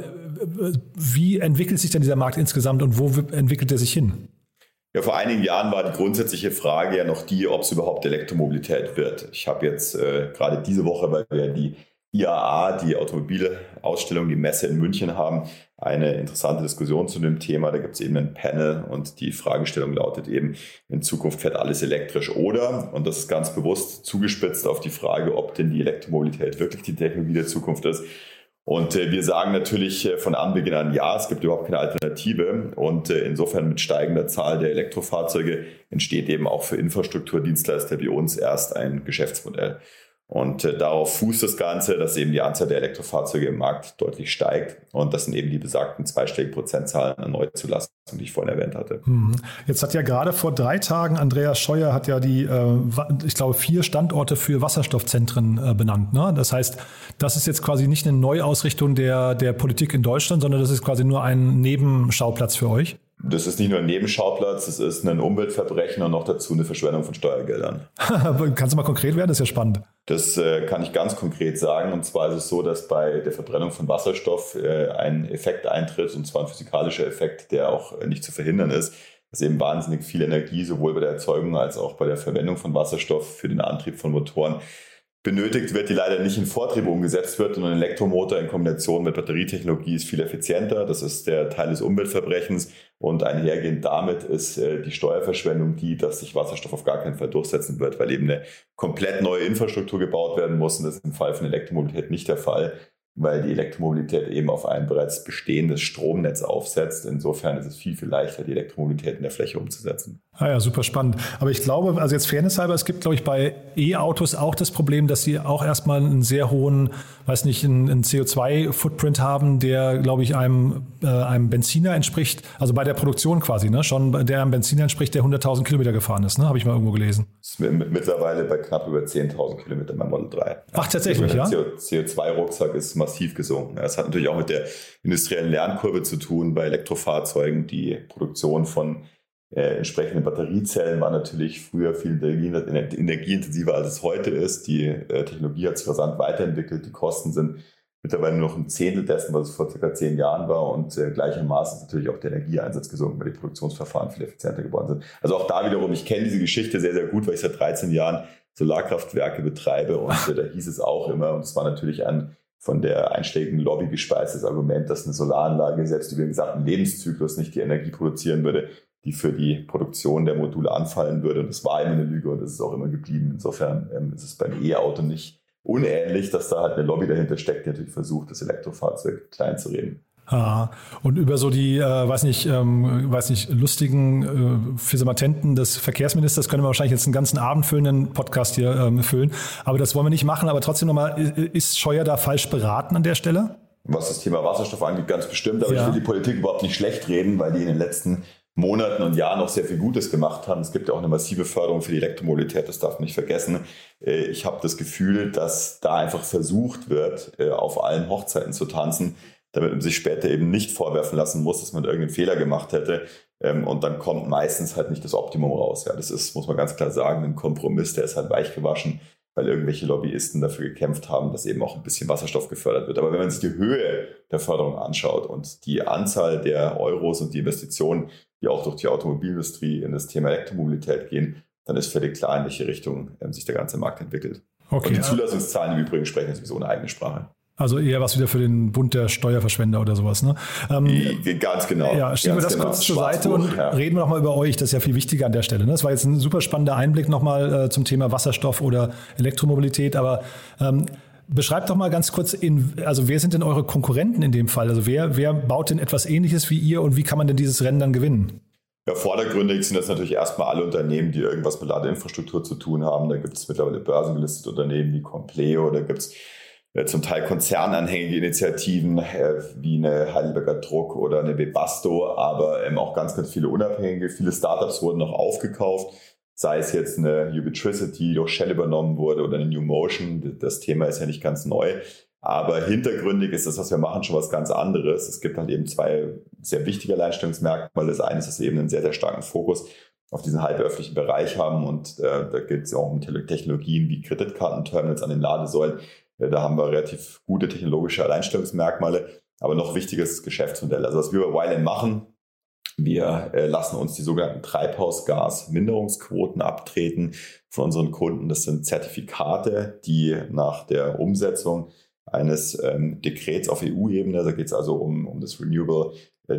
wie entwickelt sich denn dieser Markt insgesamt und wo entwickelt er sich hin? Ja, vor einigen Jahren war die grundsätzliche Frage ja noch die, ob es überhaupt Elektromobilität wird. Ich habe jetzt gerade diese Woche, weil wir die IAA, die Automobilausstellung, die Messe in München haben, eine interessante Diskussion zu dem Thema. Da gibt es eben ein Panel und die Fragestellung lautet eben, in Zukunft fährt alles elektrisch oder, und das ist ganz bewusst zugespitzt auf die Frage, ob denn die Elektromobilität wirklich die Technologie der Zukunft ist. Und wir sagen natürlich von Anbeginn an, ja, es gibt überhaupt keine Alternative. Und insofern mit steigender Zahl der Elektrofahrzeuge entsteht eben auch für Infrastrukturdienstleister wie uns erst ein Geschäftsmodell. Und darauf fußt das Ganze, dass eben die Anzahl der Elektrofahrzeuge im Markt deutlich steigt. Und das sind eben die besagten zweistelligen Prozentzahlen an Neuzulassungen, die ich vorhin erwähnt hatte. Jetzt hat ja gerade vor 3 Tagen Andreas Scheuer hat ja die, ich glaube, 4 Standorte für Wasserstoffzentren benannt. Ne? Das heißt, das ist jetzt quasi nicht eine Neuausrichtung der Politik in Deutschland, sondern das ist quasi nur ein Nebenschauplatz für euch. Das ist nicht nur ein Nebenschauplatz, es ist ein Umweltverbrechen und noch dazu eine Verschwendung von Steuergeldern. Kannst du mal konkret werden? Das ist ja spannend. Das kann ich ganz konkret sagen. Und zwar ist es so, dass bei der Verbrennung von Wasserstoff ein Effekt eintritt, und zwar ein physikalischer Effekt, der auch nicht zu verhindern ist, dass eben wahnsinnig viel Energie sowohl bei der Erzeugung als auch bei der Verwendung von Wasserstoff für den Antrieb von Motoren benötigt wird, die leider nicht in Vortrieb umgesetzt wird. Und ein Elektromotor in Kombination mit Batterietechnologie ist viel effizienter. Das ist der Teil des Umweltverbrechens. Und einhergehend damit ist die Steuerverschwendung die, dass sich Wasserstoff auf gar keinen Fall durchsetzen wird, weil eben eine komplett neue Infrastruktur gebaut werden muss. Und das ist im Fall von Elektromobilität nicht der Fall. weil die Elektromobilität eben auf ein bereits bestehendes Stromnetz aufsetzt. Insofern ist es viel, viel leichter, die Elektromobilität in der Fläche umzusetzen. Ah ja, super spannend. Aber ich glaube, also jetzt fairnesshalber, es gibt, glaube ich, bei E-Autos auch das Problem, dass sie auch erstmal einen sehr hohen, einen CO2-Footprint haben, der, glaube ich, einem Benziner entspricht, also bei der Produktion quasi, ne, schon der einem Benziner entspricht, der 100.000 Kilometer gefahren ist, ne, habe ich mal irgendwo gelesen. Das ist mittlerweile bei knapp über 10.000 Kilometern beim Model 3. Ach, tatsächlich, ja? Der CO2-Rucksack ist massiv gesunken. Das hat natürlich auch mit der industriellen Lernkurve zu tun bei Elektrofahrzeugen. Die Produktion von entsprechenden Batteriezellen war natürlich früher viel energieintensiver, als es heute ist. Die Technologie hat sich rasant weiterentwickelt. Die Kosten sind mittlerweile nur noch ein Zehntel dessen, was es vor ca. 10 Jahren war. Und gleichermaßen ist natürlich auch der Energieeinsatz gesunken, weil die Produktionsverfahren viel effizienter geworden sind. Also auch da wiederum, ich kenne diese Geschichte sehr, sehr gut, weil ich seit 13 Jahren Solarkraftwerke betreibe. Und da hieß es auch immer, und es war natürlich ein von der einschlägigen Lobby gespeistes Argument, dass eine Solaranlage selbst über den gesamten Lebenszyklus nicht die Energie produzieren würde, die für die Produktion der Module anfallen würde. Und das war immer eine Lüge und das ist auch immer geblieben. Insofern ist es beim E-Auto nicht unähnlich, dass da halt eine Lobby dahinter steckt, die natürlich versucht, das Elektrofahrzeug klein zu reden. Ah, und über so die, lustigen Fissematenten des Verkehrsministers können wir wahrscheinlich jetzt einen ganzen abendfüllenden Podcast hier füllen. Aber das wollen wir nicht machen. Aber trotzdem nochmal, ist Scheuer da falsch beraten an der Stelle? Was das Thema Wasserstoff angeht, ganz bestimmt. Aber ich will die Politik überhaupt nicht schlecht reden, weil die in den letzten Monaten und Jahren noch sehr viel Gutes gemacht haben. Es gibt ja auch eine massive Förderung für die Elektromobilität, das darf man nicht vergessen. Ich habe das Gefühl, dass da einfach versucht wird, auf allen Hochzeiten zu tanzen, damit man sich später eben nicht vorwerfen lassen muss, dass man irgendeinen Fehler gemacht hätte. Und dann kommt meistens halt nicht das Optimum raus. Ja, das ist, muss man ganz klar sagen, ein Kompromiss, der ist halt weich gewaschen, weil irgendwelche Lobbyisten dafür gekämpft haben, dass eben auch ein bisschen Wasserstoff gefördert wird. Aber wenn man sich die Höhe der Förderung anschaut und die Anzahl der Euros und die Investitionen, die auch durch die Automobilindustrie in das Thema Elektromobilität gehen, dann ist völlig klar, in welche Richtung sich der ganze Markt entwickelt. Okay, und die Zulassungszahlen im Übrigen sprechen sowieso eine eigene Sprache. Also eher was wieder für den Bund der Steuerverschwender oder sowas, ne? Ganz genau. Ja, schieben wir das kurz zur Seite und reden wir nochmal über euch. Das ist ja viel wichtiger an der Stelle. Ne? Das war jetzt ein super spannender Einblick nochmal zum Thema Wasserstoff oder Elektromobilität. Aber beschreibt doch mal ganz kurz, wer sind denn eure Konkurrenten in dem Fall? Also wer baut denn etwas Ähnliches wie ihr und wie kann man denn dieses Rennen dann gewinnen? Ja, vordergründig sind das natürlich erstmal alle Unternehmen, die irgendwas mit Ladeinfrastruktur zu tun haben. Da gibt es mittlerweile börsengelistete Unternehmen wie Compleo, da gibt es zum Teil konzernanhängige Initiativen wie eine Heidelberger Druck oder eine Webasto, aber auch ganz, ganz viele unabhängige. Viele Startups wurden noch aufgekauft, sei es jetzt eine Ubitricity, die durch Shell übernommen wurde, oder eine New Motion. Das Thema ist ja nicht ganz neu, aber hintergründig ist das, was wir machen, schon was ganz anderes. Es gibt halt eben zwei sehr wichtige Alleinstellungsmerkmale. Das eine ist, dass wir eben einen sehr, sehr starken Fokus auf diesen halböffentlichen Bereich haben und da geht es ja auch um Technologien wie Kreditkartenterminals an den Ladesäulen. Da haben wir relativ gute technologische Alleinstellungsmerkmale, aber noch wichtiger ist das Geschäftsmodell. Also was wir bei Wyland machen, wir lassen uns die sogenannten Treibhausgasminderungsquoten abtreten von unseren Kunden. Das sind Zertifikate, die nach der Umsetzung eines Dekrets auf EU-Ebene, da geht es also um das Renewable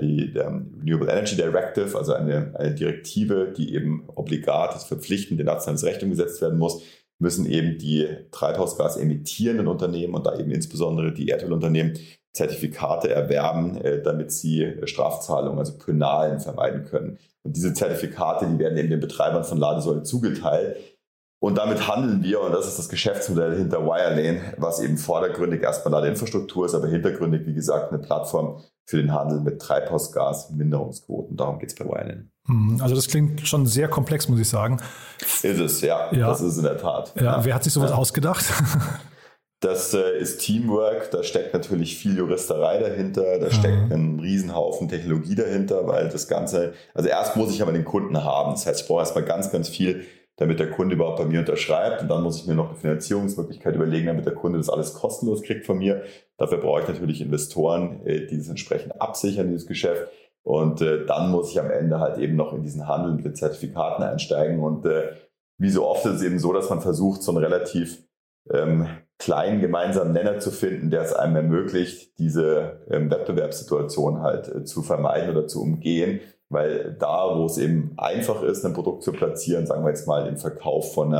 Energy Directive, also eine Direktive, die eben obligat, das verpflichtend in nationales Recht umgesetzt werden muss, müssen eben die Treibhausgas emittierenden Unternehmen und da eben insbesondere die Erdölunternehmen Zertifikate erwerben, damit sie Strafzahlungen, also Penalen, vermeiden können. Und diese Zertifikate, die werden eben den Betreibern von Ladesäulen zugeteilt. Und damit handeln wir, und das ist das Geschäftsmodell hinter Wirelane, was eben vordergründig erstmal Ladeinfrastruktur ist, aber hintergründig, wie gesagt, eine Plattform für den Handel mit Treibhausgasminderungsquoten. Darum geht es bei Wirelane. Also das klingt schon sehr komplex, muss ich sagen. Ist es, ja. Das ist es in der Tat. Ja. Wer hat sich sowas ausgedacht? Das ist Teamwork, da steckt natürlich viel Juristerei dahinter, da steckt ein Riesenhaufen Technologie dahinter, weil das Ganze, also erst muss ich aber den Kunden haben. Das heißt, ich brauche erstmal ganz, ganz viel, damit der Kunde überhaupt bei mir unterschreibt, und dann muss ich mir noch eine Finanzierungsmöglichkeit überlegen, damit der Kunde das alles kostenlos kriegt von mir. Dafür brauche ich natürlich Investoren, die das entsprechend absichern, dieses Geschäft. Und dann muss ich am Ende halt eben noch in diesen Handel mit den Zertifikaten einsteigen. Und wie so oft ist es eben so, dass man versucht, so einen relativ kleinen gemeinsamen Nenner zu finden, der es einem ermöglicht, diese Wettbewerbssituation halt zu vermeiden oder zu umgehen. Weil da, wo es eben einfach ist, ein Produkt zu platzieren, sagen wir jetzt mal im Verkauf von einer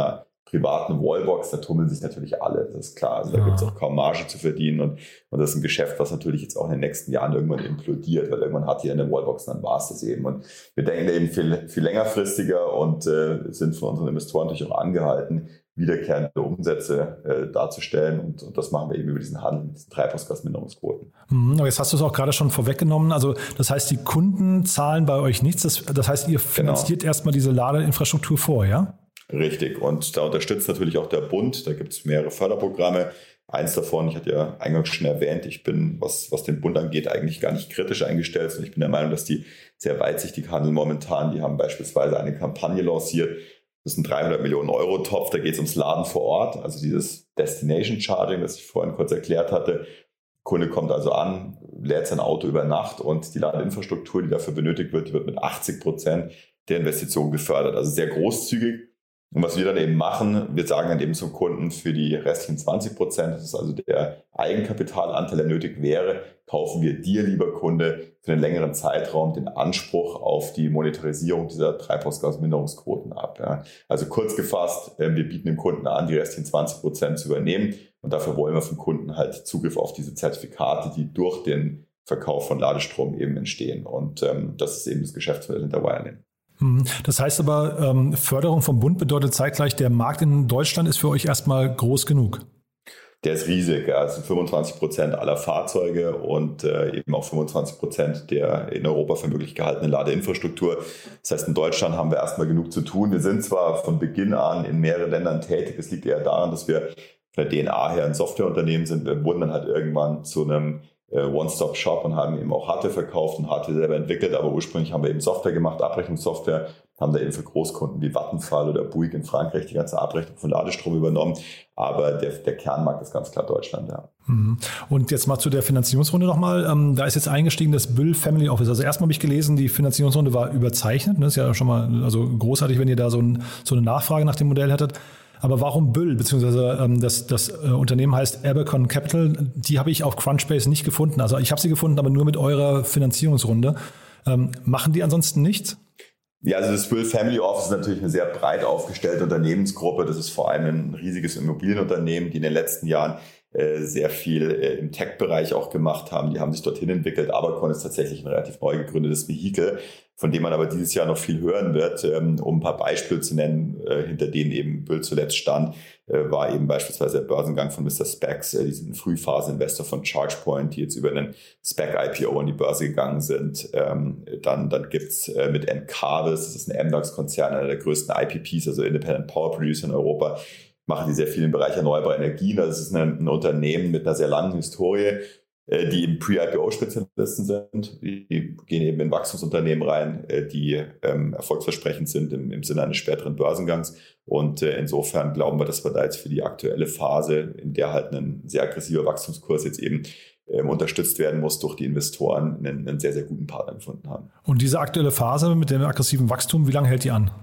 privaten Wallbox, da tummeln sich natürlich alle, das ist klar. Also da gibt es auch kaum Marge zu verdienen und das ist ein Geschäft, was natürlich jetzt auch in den nächsten Jahren irgendwann implodiert, weil irgendwann hat jeder eine Wallbox, dann war es das eben. Und wir denken eben viel längerfristiger und sind von unseren Investoren natürlich auch angehalten, wiederkehrende Umsätze darzustellen und das machen wir eben über diesen Handel mit diesen Treibhausgasminderungsquoten. Aber jetzt hast du es auch gerade schon vorweggenommen, also das heißt, die Kunden zahlen bei euch nichts, das heißt, ihr finanziert erstmal diese Ladeinfrastruktur vor, ja? Richtig, und da unterstützt natürlich auch der Bund, da gibt es mehrere Förderprogramme. Eins davon, ich hatte ja eingangs schon erwähnt, ich bin, was den Bund angeht, eigentlich gar nicht kritisch eingestellt. Und ich bin der Meinung, dass die sehr weitsichtig handeln momentan. Die haben beispielsweise eine Kampagne lanciert, das ist ein 300 Millionen Euro Topf, da geht es ums Laden vor Ort, also dieses Destination Charging, das ich vorhin kurz erklärt hatte. Der Kunde kommt also an, lädt sein Auto über Nacht und die Ladeinfrastruktur, die dafür benötigt wird, die wird mit 80% der Investition gefördert, also sehr großzügig. Und was wir dann eben machen, wir sagen dann eben zum Kunden, für die restlichen 20%, das ist also der Eigenkapitalanteil, der nötig wäre, kaufen wir dir, lieber Kunde, für einen längeren Zeitraum den Anspruch auf die Monetarisierung dieser Treibhausgasminderungsquoten ab. Ja. Also kurz gefasst, wir bieten dem Kunden an, die restlichen 20% zu übernehmen und dafür wollen wir vom Kunden halt Zugriff auf diese Zertifikate, die durch den Verkauf von Ladestrom eben entstehen. Und das ist eben das Geschäftsmodell hinter Wirelane. Das heißt aber, Förderung vom Bund bedeutet zeitgleich, der Markt in Deutschland ist für euch erstmal groß genug. Der ist riesig. Ja. Es sind 25% aller Fahrzeuge und eben auch 25% der in Europa für möglich gehaltenen Ladeinfrastruktur. Das heißt, in Deutschland haben wir erstmal genug zu tun. Wir sind zwar von Beginn an in mehreren Ländern tätig. Es liegt eher daran, dass wir von der DNA her ein Softwareunternehmen sind. Wir wurden dann halt irgendwann zu einem One-Stop-Shop und haben eben auch Hardware verkauft und Hardware selber entwickelt, aber ursprünglich haben wir eben Software gemacht, Abrechnungssoftware, haben da eben für Großkunden wie Vattenfall oder Bouygues in Frankreich die ganze Abrechnung von Ladestrom übernommen, aber der Kernmarkt ist ganz klar Deutschland, ja. Und jetzt mal zu der Finanzierungsrunde nochmal, da ist jetzt eingestiegen das Büll Family Office, also erstmal habe ich gelesen, die Finanzierungsrunde war überzeichnet, das ist ja schon mal also großartig, wenn ihr da so eine Nachfrage nach dem Modell hättet. Aber warum Büll, beziehungsweise das Unternehmen heißt Abercon Capital, die habe ich auf Crunchbase nicht gefunden. Also ich habe sie gefunden, aber nur mit eurer Finanzierungsrunde. Machen die ansonsten nichts? Ja, also das Büll Family Office ist natürlich eine sehr breit aufgestellte Unternehmensgruppe. Das ist vor allem ein riesiges Immobilienunternehmen, die in den letzten Jahren sehr viel im Tech-Bereich auch gemacht haben. Die haben sich dorthin entwickelt. Abercon ist tatsächlich ein relativ neu gegründetes Vehikel, von dem man aber dieses Jahr noch viel hören wird. Um ein paar Beispiele zu nennen, hinter denen eben Büll zuletzt stand, war eben beispielsweise der Börsengang von Mr. Specs. Die sind ein Frühphase-Investor von ChargePoint, die jetzt über einen Spec-IPO an die Börse gegangen sind. Dann gibt's mit Encarvis, das ist ein MDAX-Konzern, einer der größten IPPs, also Independent Power Producer in Europa, machen die sehr viel im Bereich erneuerbare Energien. Das ist ein Unternehmen mit einer sehr langen Historie, die eben Pre-IPO-Spezialisten sind. Die gehen eben in Wachstumsunternehmen rein, die erfolgsversprechend sind im Sinne eines späteren Börsengangs. Und insofern glauben wir, dass wir da jetzt für die aktuelle Phase, in der halt ein sehr aggressiver Wachstumskurs jetzt eben unterstützt werden muss, durch die Investoren einen sehr, sehr guten Partner gefunden haben. Und diese aktuelle Phase mit dem aggressiven Wachstum, wie lange hält die an?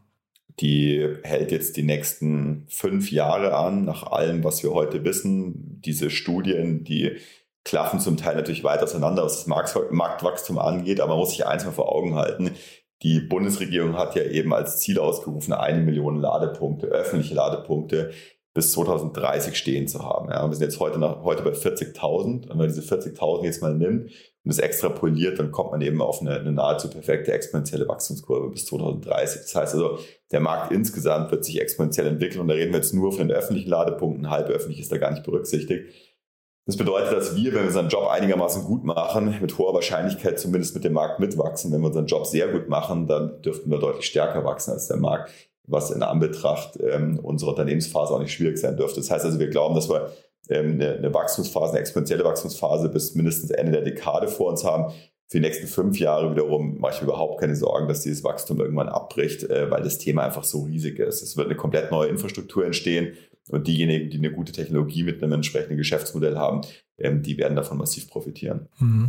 Die hält jetzt die nächsten 5 Jahre an, nach allem, was wir heute wissen. Diese Studien, die klaffen zum Teil natürlich weit auseinander, was das Marktwachstum angeht, aber man muss sich eins mal vor Augen halten. Die Bundesregierung hat ja eben als Ziel ausgerufen, 1 Million Ladepunkte, öffentliche Ladepunkte bis 2030 stehen zu haben. Ja, wir sind jetzt heute bei 40.000. Wenn man diese 40.000 jetzt mal nimmt und es extrapoliert, dann kommt man eben auf eine nahezu perfekte exponentielle Wachstumskurve bis 2030. Das heißt also, der Markt insgesamt wird sich exponentiell entwickeln und da reden wir jetzt nur von den öffentlichen Ladepunkten, halböffentlich ist da gar nicht berücksichtigt. Das bedeutet, dass wir, wenn wir unseren Job einigermaßen gut machen, mit hoher Wahrscheinlichkeit zumindest mit dem Markt mitwachsen. Wenn wir unseren Job sehr gut machen, dann dürften wir deutlich stärker wachsen als der Markt, was in Anbetracht unserer Unternehmensphase auch nicht schwierig sein dürfte. Das heißt also, wir glauben, dass wir eine Wachstumsphase, eine exponentielle Wachstumsphase bis mindestens Ende der Dekade vor uns haben. Für die nächsten 5 Jahre wiederum mache ich mir überhaupt keine Sorgen, dass dieses Wachstum irgendwann abbricht, weil das Thema einfach so riesig ist. Es wird eine komplett neue Infrastruktur entstehen und diejenigen, die eine gute Technologie mit einem entsprechenden Geschäftsmodell haben, die werden davon massiv profitieren.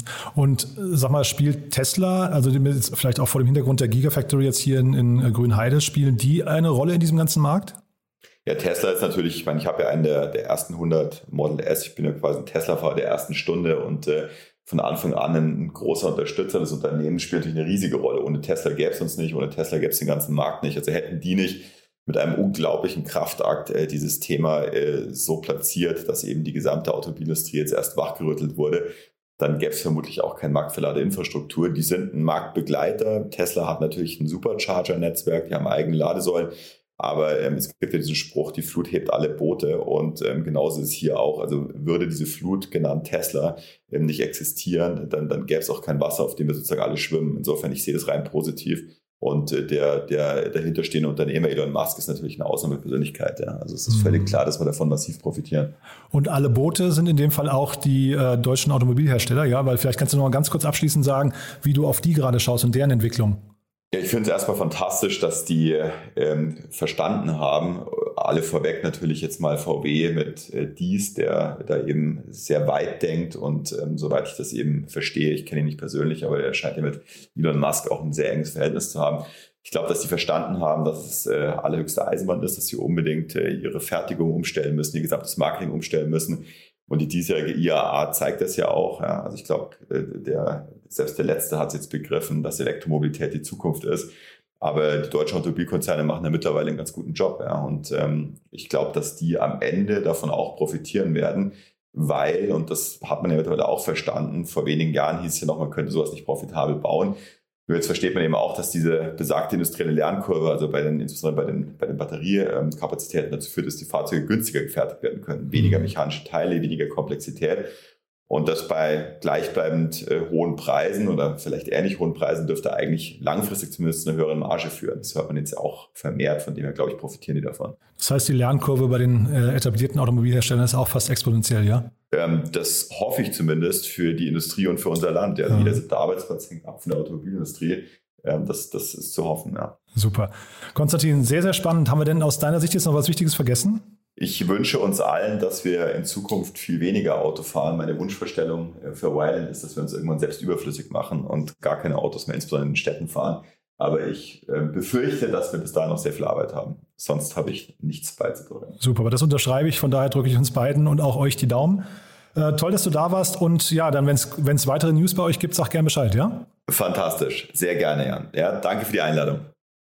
Und sag mal, spielt Tesla, also vielleicht auch vor dem Hintergrund der Gigafactory jetzt hier in Grünheide, spielen die eine Rolle in diesem ganzen Markt? Ja, Tesla ist natürlich, ich meine, ich habe ja einen der ersten 100 Model S, ich bin ja quasi ein Tesla-Fahrer der ersten Stunde und von Anfang an ein großer Unterstützer des Unternehmens, spielt natürlich eine riesige Rolle. Ohne Tesla gäbe es uns nicht, ohne Tesla gäbe es den ganzen Markt nicht. Also hätten die nicht mit einem unglaublichen Kraftakt dieses Thema so platziert, dass eben die gesamte Automobilindustrie jetzt erst wachgerüttelt wurde, dann gäbe es vermutlich auch keinen Markt für Ladeinfrastruktur. Die sind ein Marktbegleiter. Tesla hat natürlich ein Supercharger-Netzwerk, die haben eigene Ladesäulen. Aber es gibt ja diesen Spruch, die Flut hebt alle Boote, und genauso ist es hier auch. Also würde diese Flut, genannt Tesla, nicht existieren, dann gäbe es auch kein Wasser, auf dem wir sozusagen alle schwimmen. Insofern, ich sehe das rein positiv. Und der dahinterstehende Unternehmer Elon Musk ist natürlich eine Ausnahmepersönlichkeit. Ja. Also es ist völlig klar, dass wir davon massiv profitieren. Und alle Boote sind in dem Fall auch die deutschen Automobilhersteller, ja? Weil vielleicht kannst du noch mal ganz kurz abschließend sagen, wie du auf die gerade schaust und deren Entwicklung. Ja, ich finde es erstmal fantastisch, dass die verstanden haben, alle vorweg natürlich jetzt mal VW mit Diess, der da eben sehr weit denkt und soweit ich das eben verstehe, ich kenne ihn nicht persönlich, aber er scheint ja mit Elon Musk auch ein sehr enges Verhältnis zu haben. Ich glaube, dass die verstanden haben, dass es allerhöchste Eisenbahn ist, dass sie unbedingt ihre Fertigung umstellen müssen, ihr gesamtes Marketing umstellen müssen. Und die diesjährige IAA zeigt das ja auch. Ja. Also ich glaube, selbst der Letzte hat es jetzt begriffen, dass Elektromobilität die Zukunft ist. Aber die deutschen Automobilkonzerne machen ja mittlerweile einen ganz guten Job. Ja. Und ich glaube, dass die am Ende davon auch profitieren werden, weil, und das hat man ja mittlerweile auch verstanden, vor wenigen Jahren hieß es ja noch, man könnte sowas nicht profitabel bauen. Nur jetzt versteht man eben auch, dass diese besagte industrielle Lernkurve, also insbesondere bei den Batteriekapazitäten dazu führt, dass die Fahrzeuge günstiger gefertigt werden können. Weniger mechanische Teile, weniger Komplexität. Und das bei gleichbleibend hohen Preisen oder vielleicht ähnlich hohen Preisen dürfte eigentlich langfristig zumindest zu einer höheren Marge führen. Das hört man jetzt auch vermehrt, von dem her, glaube ich, profitieren die davon. Das heißt, die Lernkurve bei den etablierten Automobilherstellern ist auch fast exponentiell, ja? Das hoffe ich zumindest für die Industrie und für unser Land. Ja. Jeder siebte Arbeitsplatz hängt ab von der Automobilindustrie. Das ist zu hoffen, ja. Super. Konstantin, sehr, sehr spannend. Haben wir denn aus deiner Sicht jetzt noch was Wichtiges vergessen? Ich wünsche uns allen, dass wir in Zukunft viel weniger Auto fahren. Meine Wunschvorstellung für Wyland ist, dass wir uns irgendwann selbst überflüssig machen und gar keine Autos mehr, insbesondere in den Städten, fahren. Aber ich befürchte, dass wir bis dahin noch sehr viel Arbeit haben. Sonst habe ich nichts beizutragen. Super, aber das unterschreibe ich. Von daher drücke ich uns beiden und auch euch die Daumen. Toll, dass du da warst. Und ja, dann, wenn es weitere News bei euch gibt, sag gerne Bescheid, ja? Fantastisch. Sehr gerne, Jan. Ja, danke für die Einladung.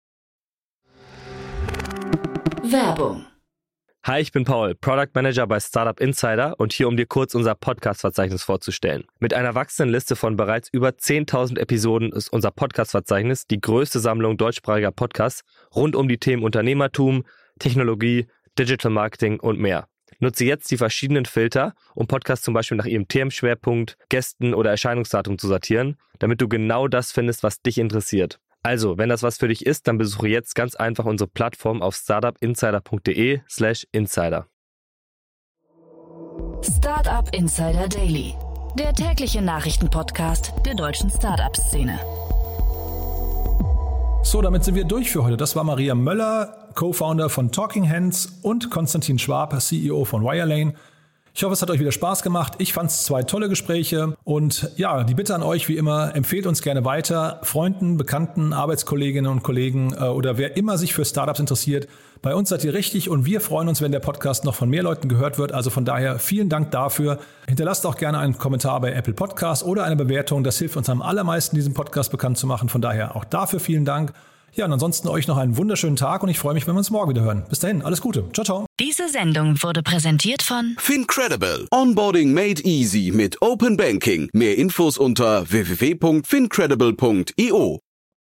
Werbung. Hi, ich bin Paul, Product Manager bei Startup Insider und hier, um dir kurz unser Podcast-Verzeichnis vorzustellen. Mit einer wachsenden Liste von bereits über 10.000 Episoden ist unser Podcast-Verzeichnis die größte Sammlung deutschsprachiger Podcasts rund um die Themen Unternehmertum, Technologie, Digital Marketing und mehr. Nutze jetzt die verschiedenen Filter, um Podcasts zum Beispiel nach ihrem Themenschwerpunkt, Gästen oder Erscheinungsdatum zu sortieren, damit du genau das findest, was dich interessiert. Also, wenn das was für dich ist, dann besuche jetzt ganz einfach unsere Plattform auf startupinsider.de/insider. Startup Insider Daily, der tägliche Nachrichtenpodcast der deutschen Startup-Szene. So, damit sind wir durch für heute. Das war Maria Möller, Co-Founder von Talking Hands, und Konstantin Schwab, CEO von Wirelane. Ich hoffe, es hat euch wieder Spaß gemacht. Ich fand es 2 tolle Gespräche. Und ja, die Bitte an euch wie immer, empfehlt uns gerne weiter. Freunden, Bekannten, Arbeitskolleginnen und Kollegen oder wer immer sich für Startups interessiert. Bei uns seid ihr richtig und wir freuen uns, wenn der Podcast noch von mehr Leuten gehört wird. Also von daher vielen Dank dafür. Hinterlasst auch gerne einen Kommentar bei Apple Podcasts oder eine Bewertung. Das hilft uns am allermeisten, diesen Podcast bekannt zu machen. Von daher auch dafür vielen Dank. Ja, und ansonsten euch noch einen wunderschönen Tag und ich freue mich, wenn wir uns morgen wieder hören. Bis dahin, alles Gute. Ciao, ciao. Diese Sendung wurde präsentiert von FinCredible. Onboarding made easy mit Open Banking. Mehr Infos unter www.fincredible.io.